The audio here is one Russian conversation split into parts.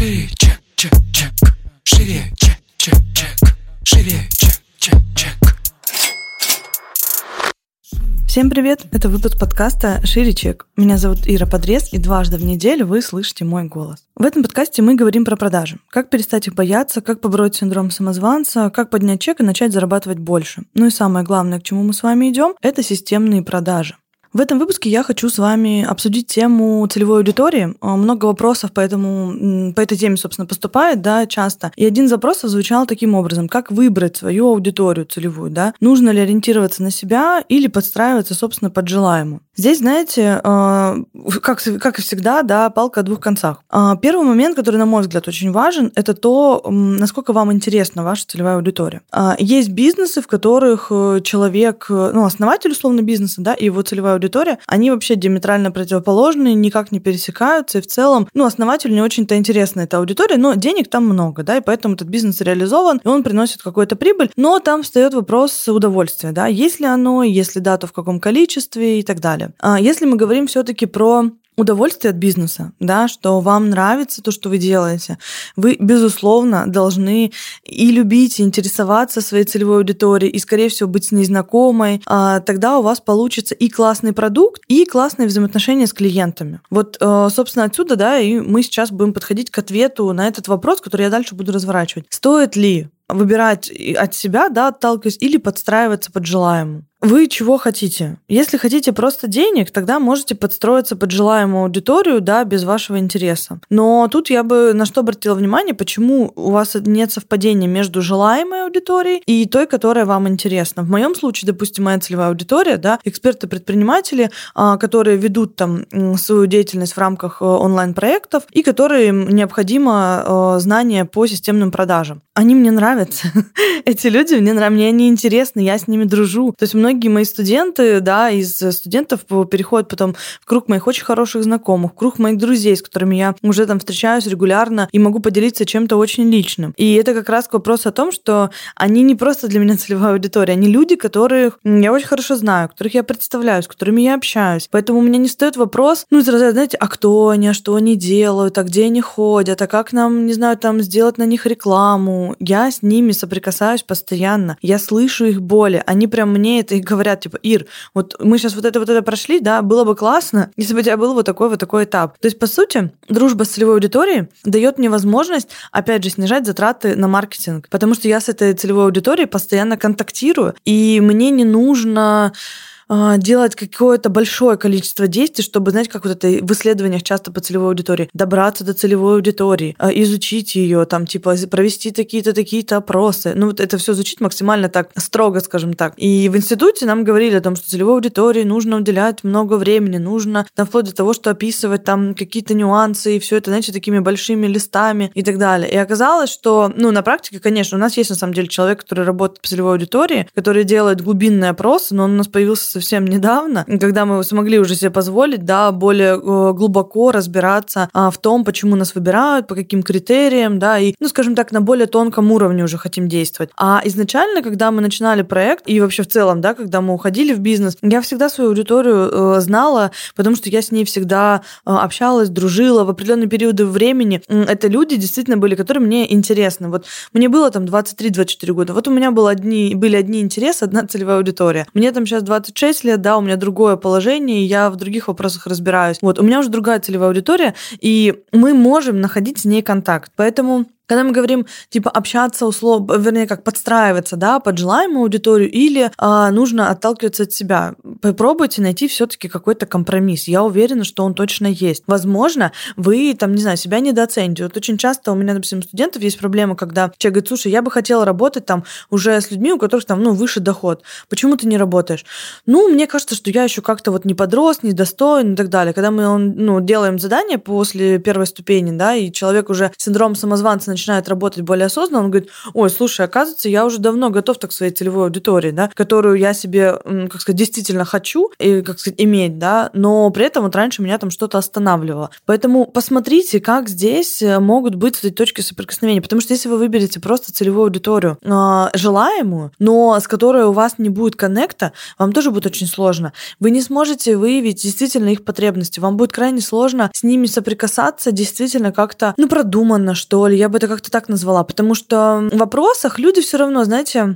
Шире, чек, чек, чек. Шире, чек, чек, чек. Шире, чек, чек, чек. Всем привет! Это выпуск подкаста «Шире чек». Меня зовут Ира Подрез, и дважды в неделю вы слышите мой голос. В этом подкасте мы говорим про продажи. Как перестать их бояться, как побороть синдром самозванца, как поднять чек и начать зарабатывать больше. Ну и самое главное, к чему мы с вами идем, это системные продажи. В этом выпуске я хочу с вами обсудить тему целевой аудитории. Много вопросов по этой теме, собственно, поступает, да, часто. И один из вопросов звучал таким образом: как выбрать свою аудиторию целевую, да? Нужно ли ориентироваться на себя или подстраиваться, собственно, под желаемую? Здесь, знаете, как и всегда, да, палка о двух концах. Первый момент, который, на мой взгляд, очень важен, это то, насколько вам интересна ваша целевая аудитория. Есть бизнесы, в которых человек, основатель, условно, бизнеса, да, и его целевая аудитория, они вообще диаметрально противоположные, никак не пересекаются, и в целом, основателю не очень-то интересна эта аудитория, но денег там много, да, и поэтому этот бизнес реализован, и он приносит какую-то прибыль, но там встает вопрос удовольствия, да, есть ли оно, если да, то в каком количестве и так далее. Если мы говорим все-таки про удовольствие от бизнеса, да, что вам нравится то, что вы делаете, вы, безусловно, должны и любить, и интересоваться своей целевой аудиторией, и, скорее всего, быть с ней знакомой. Тогда у вас получится и классный продукт, и классные взаимоотношения с клиентами. Вот, собственно, отсюда, да, и мы сейчас будем подходить к ответу на этот вопрос, который я дальше буду разворачивать. Стоит ли выбирать от себя, да, отталкиваясь, или подстраиваться под желаемую? Вы чего хотите? Если хотите просто денег, тогда можете подстроиться под желаемую аудиторию, да, без вашего интереса. Но тут я бы на что обратила внимание, почему у вас нет совпадения между желаемой аудиторией и той, которая вам интересна. В моем случае, допустим, моя целевая аудитория, да, эксперты-предприниматели, которые ведут там свою деятельность в рамках онлайн-проектов и которым необходимо знание по системным продажам. Они мне нравятся. Эти люди мне они интересны, я с ними дружу. То есть многие мои студенты, да, из студентов переходят потом в круг моих очень хороших знакомых, в круг моих друзей, с которыми я уже там встречаюсь регулярно и могу поделиться чем-то очень личным. И это как раз вопрос о том, что они не просто для меня целевая аудитория, они люди, которых я очень хорошо знаю, которых я представляю, с которыми я общаюсь. Поэтому у меня не стоит вопрос, знаете, а кто они, а что они делают, а где они ходят, а как нам, не знаю, там сделать на них рекламу. Я с ними соприкасаюсь постоянно, я слышу их боли, они прям мне это и говорят, типа: Ир, вот мы сейчас вот это прошли, да, было бы классно, если бы у тебя был вот такой этап. То есть, по сути, дружба с целевой аудиторией дает мне возможность, опять же, снижать затраты на маркетинг, потому что я с этой целевой аудиторией постоянно контактирую, и мне не нужно делать какое-то большое количество действий, чтобы, знаете, как вот это в исследованиях часто по целевой аудитории, добраться до целевой аудитории, изучить ее, там, типа, провести такие-то опросы. Вот это все звучит максимально так строго, скажем так. И в институте нам говорили о том, что целевой аудитории нужно уделять много времени, нужно там, вплоть до того, что описывать там какие-то нюансы, и все это, знаете, такими большими листами и так далее. И оказалось, что, на практике, конечно, у нас есть на самом деле человек, который работает по целевой аудитории, который делает глубинные опросы, но он у нас появился совсем недавно, когда мы смогли уже себе позволить, да, более глубоко разбираться в том, почему нас выбирают, по каким критериям, да, и, скажем так, на более тонком уровне уже хотим действовать. А изначально, когда мы начинали проект, и вообще в целом, да, когда мы уходили в бизнес, я всегда свою аудиторию знала, потому что я с ней всегда общалась, дружила в определенные периоды времени. Это люди действительно были, которые мне интересны. Вот мне было там 23-24 года, вот у меня были одни интересы, одна целевая аудитория. Мне там сейчас 26 лет, да, у меня другое положение, и я в других вопросах разбираюсь. Вот, у меня уже другая целевая аудитория, и мы можем находить с ней контакт. Поэтому, когда мы говорим, типа, общаться подстраиваться, да, под желаемую аудиторию, или нужно отталкиваться от себя. Попробуйте найти все-таки какой-то компромисс. Я уверена, что он точно есть. Возможно, вы, там, не знаю, себя недооцените. Вот очень часто у меня, допустим, студентов есть проблема, когда человек говорит: слушай, я бы хотела работать там уже с людьми, у которых там, выше доход. Почему ты не работаешь? Мне кажется, что я еще как-то не подрос, недостоин и так далее. Когда мы делаем задание после первой ступени, да, и человек уже синдром самозванца начинает начинает работать более осознанно, он говорит: ой, слушай, оказывается, я уже давно готов так к своей целевой аудитории, да, которую я себе, как сказать, действительно хочу и, как сказать, иметь, да, но при этом вот раньше меня там что-то останавливало. Поэтому посмотрите, как здесь могут быть эти точки соприкосновения, потому что если вы выберете просто целевую аудиторию желаемую, но с которой у вас не будет коннекта, вам тоже будет очень сложно. Вы не сможете выявить действительно их потребности, вам будет крайне сложно с ними соприкасаться действительно как-то, продуманно, что ли, я бы это как-то так назвала, потому что в вопросах люди все равно, знаете,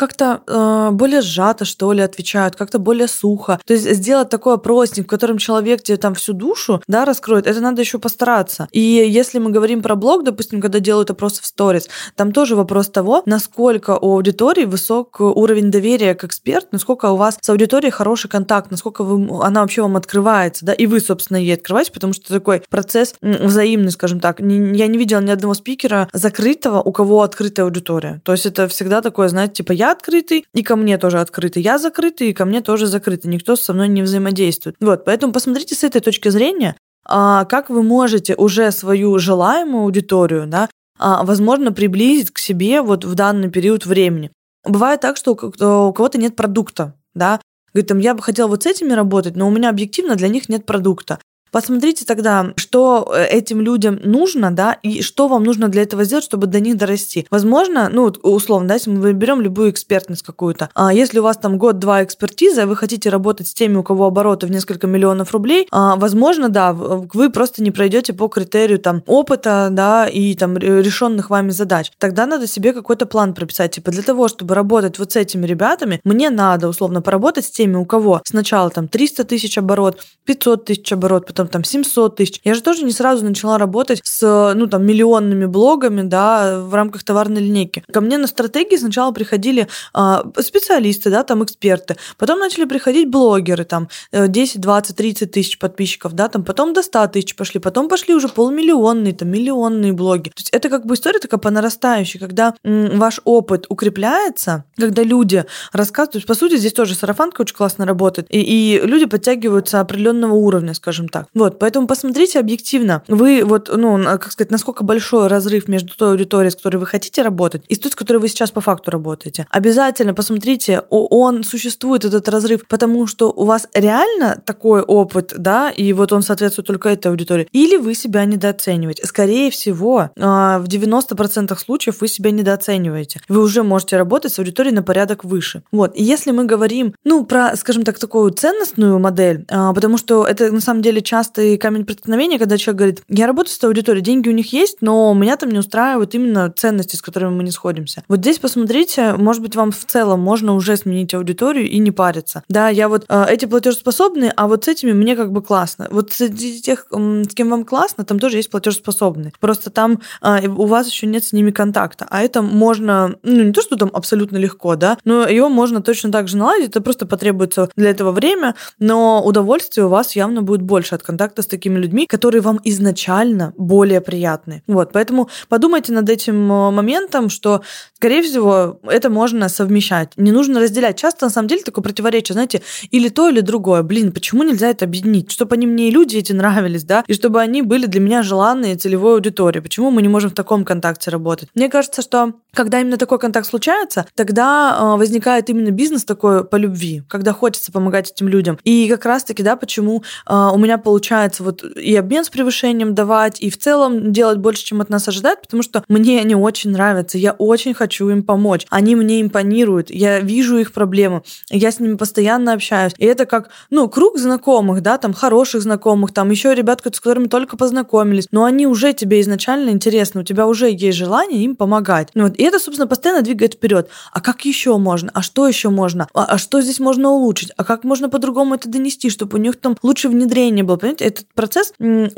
как-то более сжато, что ли, отвечают, как-то более сухо. То есть сделать такой опросник, в котором человек тебе там всю душу, да, раскроет, это надо еще постараться. И если мы говорим про блог, допустим, когда делают опросы в сторис, там тоже вопрос того, насколько у аудитории высок уровень доверия к эксперту, насколько у вас с аудиторией хороший контакт, насколько она вообще вам открывается, да, и вы, собственно, ей открываете, потому что такой процесс взаимный, скажем так. Я не видела ни одного спикера закрытого, у кого открытая аудитория. То есть это всегда такое, знаете, типа я открытый, и ко мне тоже открытый, я закрытый, и ко мне тоже закрытый. Никто со мной не взаимодействует. Вот, поэтому посмотрите с этой точки зрения, как вы можете уже свою желаемую аудиторию, да, возможно, приблизить к себе вот в данный период времени. Бывает так, что у кого-то нет продукта, да, говорит, там, я бы хотела вот с этими работать, но у меня объективно для них нет продукта. Посмотрите тогда, что этим людям нужно, да, и что вам нужно для этого сделать, чтобы до них дорасти. Возможно, условно, да, если мы берем любую экспертность какую-то, если у вас там год-два экспертизы, вы хотите работать с теми, у кого обороты в несколько миллионов рублей, возможно, да, вы просто не пройдете по критерию там опыта, да, и там решенных вами задач. Тогда надо себе какой-то план прописать. Типа для того, чтобы работать вот с этими ребятами, мне надо, условно, поработать с теми, у кого сначала там 300 тысяч оборот, 500 тысяч оборот, потом там 700 тысяч. Я же тоже не сразу начала работать с, миллионными блогами, да, в рамках товарной линейки. Ко мне на стратегии сначала приходили специалисты, да, там эксперты. Потом начали приходить блогеры, там 10, 20, 30 тысяч подписчиков, да, там потом до 100 тысяч пошли, потом пошли уже полумиллионные, там миллионные блоги. То есть это как бы история такая по нарастающей, когда ваш опыт укрепляется, когда люди рассказывают, то есть, по сути, здесь тоже сарафанка очень классно работает, и люди подтягиваются определенного уровня, скажем так. Вот, поэтому посмотрите объективно, вы насколько большой разрыв между той аудиторией, с которой вы хотите работать, и с той, с которой вы сейчас по факту работаете. Обязательно посмотрите, он существует, этот разрыв, потому что у вас реально такой опыт, да, и вот он соответствует только этой аудитории, или вы себя недооцениваете. Скорее всего, в 90% случаев вы себя недооцениваете. Вы уже можете работать с аудиторией на порядок выше. Вот, и если мы говорим, про, скажем так, такую ценностную модель, потому что это на самом деле частый камень преткновения, когда человек говорит, я работаю с этой аудиторией, деньги у них есть, но меня там не устраивают именно ценности, с которыми мы не сходимся. Вот здесь посмотрите, может быть, вам в целом можно уже сменить аудиторию и не париться. Да, я вот эти платежеспособные, а вот с этими мне как бы классно. Вот среди тех, с кем вам классно, там тоже есть платежеспособные. Просто там у вас еще нет с ними контакта. А это можно, не то, что там абсолютно легко, да, но его можно точно так же наладить, это просто потребуется для этого время, но удовольствие у вас явно будет больше от контакта с такими людьми, которые вам изначально более приятны. Вот, поэтому подумайте над этим моментом, что, скорее всего, это можно совмещать. Не нужно разделять. Часто, на самом деле, такое противоречие, знаете, или то, или другое. Почему нельзя это объединить? Чтобы они мне и люди эти нравились, да, и чтобы они были для меня желанные целевой аудиторией. Почему мы не можем в таком контакте работать? Мне кажется, что когда именно такой контакт случается, тогда возникает именно бизнес такой по любви, когда хочется помогать этим людям. И как раз-таки, да, почему у меня получается вот и обмен с превышением давать, и в целом делать больше, чем от нас ожидают, потому что мне они очень нравятся, я очень хочу им помочь, они мне импонируют, я вижу их проблемы, я с ними постоянно общаюсь, и это как, круг знакомых, да, там, хороших знакомых, там, еще ребят, с которыми только познакомились, но они уже тебе изначально интересны, у тебя уже есть желание им помогать. И это, собственно, постоянно двигает вперед. А как еще можно? А что еще можно? А что здесь можно улучшить? А как можно по-другому это донести, чтобы у них там лучше внедрение было? Понимаете, этот процесс,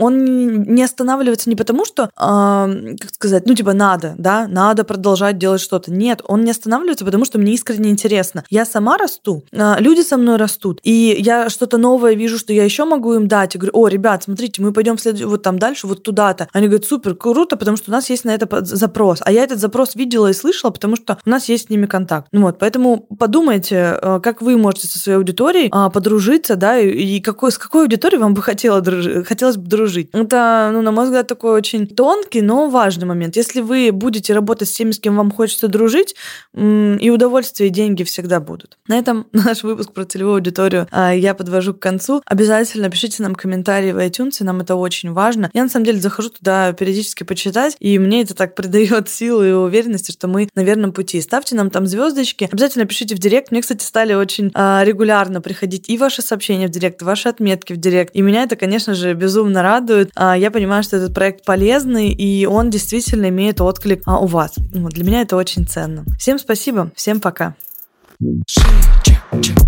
он не останавливается не потому, что, надо продолжать делать что-то. Нет, он не останавливается, потому что мне искренне интересно. Я сама расту, люди со мной растут, и я что-то новое вижу, что я еще могу им дать. Я говорю, ребят, смотрите, мы пойдем вот там дальше, вот туда-то. Они говорят, супер, круто, потому что у нас есть на это запрос. А я этот запрос видела и слышала, потому что у нас есть с ними контакт. Поэтому подумайте, как вы можете со своей аудиторией подружиться, да, и с какой аудиторией вам бы хотелось хотелось бы дружить. Это, на мой взгляд, такой очень тонкий, но важный момент. Если вы будете работать с теми, с кем вам хочется дружить, и удовольствие, и деньги всегда будут. На этом наш выпуск про целевую аудиторию я подвожу к концу. Обязательно пишите нам комментарии в iTunes, нам это очень важно. Я, на самом деле, захожу туда периодически почитать, и мне это так придает силы и уверенности, что мы на верном пути. Ставьте нам там звездочки. Обязательно пишите в директ. Мне, кстати, стали очень регулярно приходить и ваши сообщения в директ, и ваши отметки в директ. И меня это, конечно же, безумно радует. Я понимаю, что этот проект полезный, и он действительно имеет отклик у вас. Для меня это очень ценно. Всем спасибо, всем пока. Шире, чек, чек.